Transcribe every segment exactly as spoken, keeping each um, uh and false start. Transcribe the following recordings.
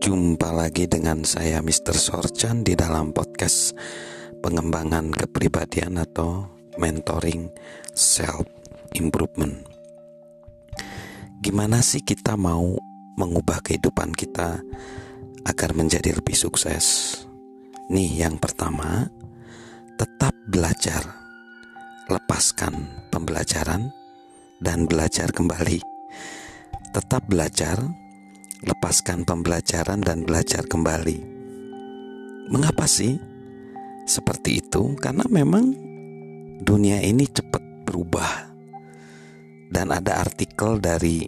Jumpa lagi dengan saya mister Sorchan di dalam podcast pengembangan kepribadian atau mentoring self improvement. Gimana sih kita mau mengubah kehidupan kita agar menjadi lebih sukses? Nih, yang pertama, tetap belajar. Lepaskan pembelajaran dan belajar kembali. Tetap belajar, lepaskan pembelajaran dan belajar kembali. Mengapa sih seperti itu? Karena memang dunia ini cepat berubah. Dan ada artikel dari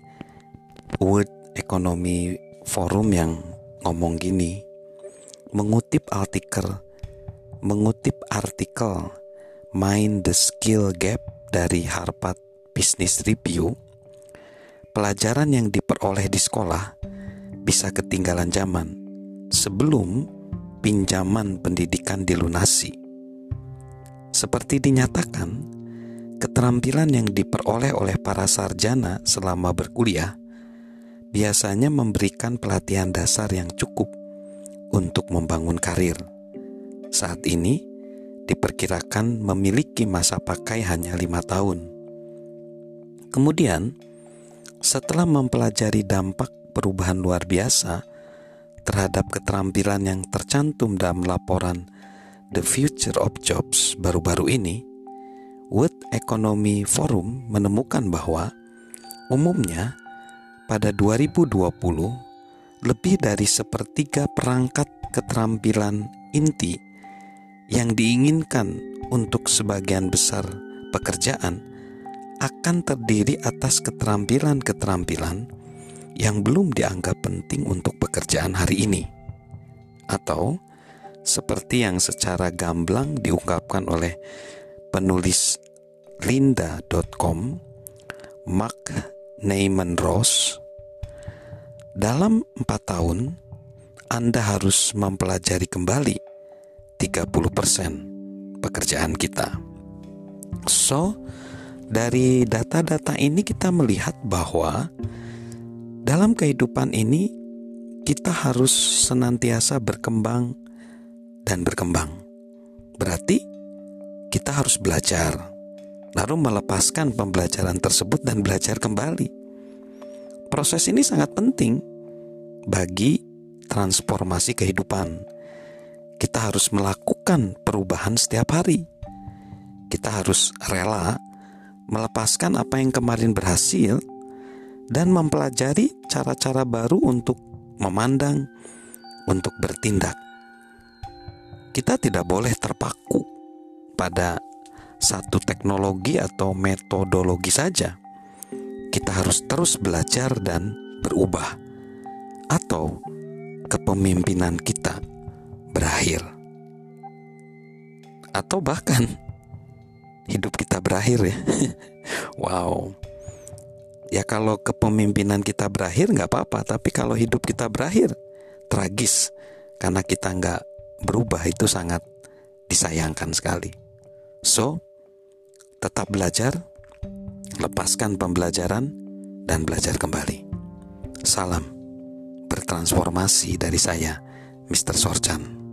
World Economic Forum yang ngomong gini, mengutip artikel mengutip artikel Mind the Skill Gap dari Harvard Business Review. Pelajaran yang diperoleh di sekolah bisa ketinggalan zaman sebelum pinjaman pendidikan dilunasi. Seperti dinyatakan, keterampilan yang diperoleh oleh para sarjana selama berkuliah biasanya memberikan pelatihan dasar yang cukup untuk membangun karir. Saat ini diperkirakan memiliki masa pakai hanya lima tahun. Kemudian, setelah mempelajari dampak perubahan luar biasa terhadap keterampilan yang tercantum dalam laporan The Future of Jobs baru-baru ini, World Economic Forum menemukan bahwa umumnya pada dua ribu dua puluh lebih dari sepertiga perangkat keterampilan inti yang diinginkan untuk sebagian besar pekerjaan akan terdiri atas keterampilan-keterampilan yang belum dianggap penting untuk pekerjaan hari ini, atau seperti yang secara gamblang diungkapkan oleh penulis lynda dot com, Mark Neiman Ross, dalam empat tahun Anda harus mempelajari kembali tiga puluh persen pekerjaan kita. So, dari data-data ini kita melihat bahwa dalam kehidupan ini kita harus senantiasa berkembang dan berkembang. Berarti kita harus belajar, lalu melepaskan pembelajaran tersebut dan belajar kembali. Proses ini sangat penting bagi transformasi kehidupan. Kita harus melakukan perubahan setiap hari. Kita harus rela melepaskan apa yang kemarin berhasil dan mempelajari cara-cara baru untuk memandang, untuk bertindak. Kita tidak boleh terpaku pada satu teknologi atau metodologi saja. Kita harus terus belajar dan berubah, atau kepemimpinan kita berakhir, atau bahkan hidup kita berakhir ya. Wow. Ya, kalau kepemimpinan kita berakhir gak apa-apa, tapi kalau hidup kita berakhir, tragis. Karena kita gak berubah, itu sangat disayangkan sekali. So, tetap belajar, lepaskan pembelajaran, dan belajar kembali. Salam bertransformasi dari saya, mister Sorchan.